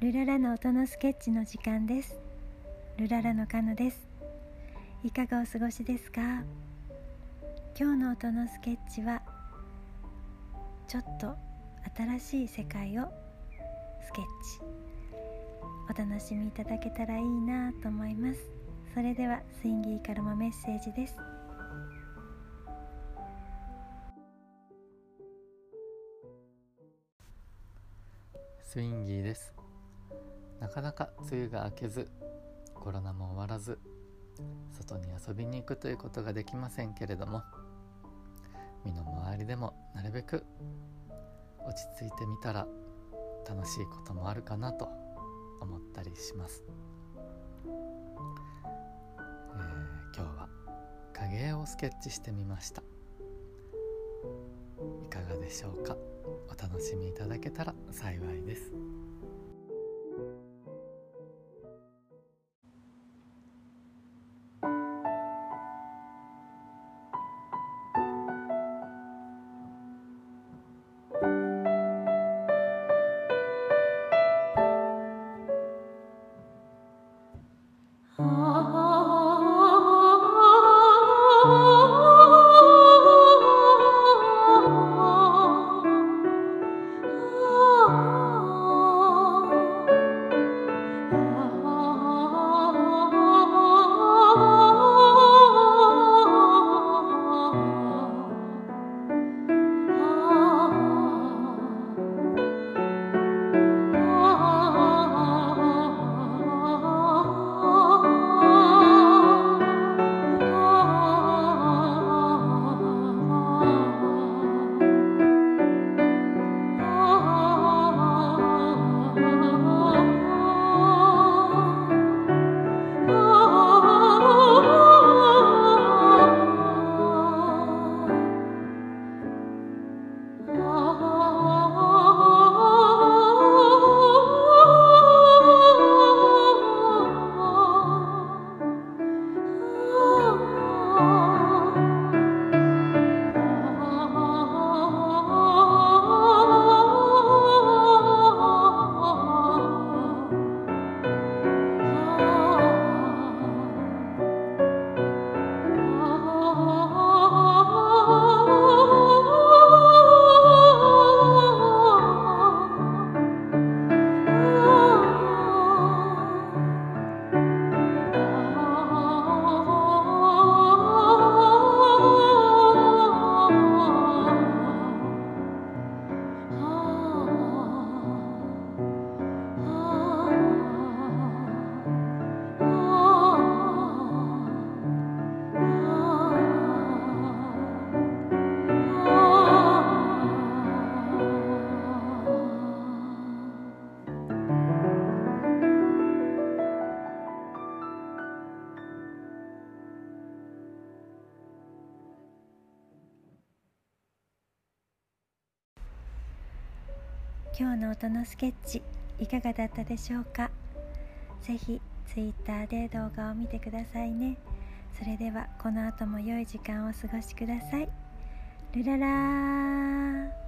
ルララの音のスケッチの時間です。ルララのカノです。いかがお過ごしですか？今日の音のスケッチはちょっと新しい世界をスケッチ、お楽しみいただけたらいいなと思います。それではスインギーからもメッセージです。 スインギーです。なかなか梅雨が明けず、コロナも終わらず、外に遊びに行くということができませんけれども、身の回りでもなるべく落ち着いてみたら楽しいこともあるかなと思ったりします。今日は影絵をスケッチしてみました。いかがでしょうか？お楽しみいただけたら幸いです。 今日の音のスケッチいかがだったでしょうか？ぜひツイッターで動画を見てくださいね。それではこの後も良い時間をお過ごしください。ルララー。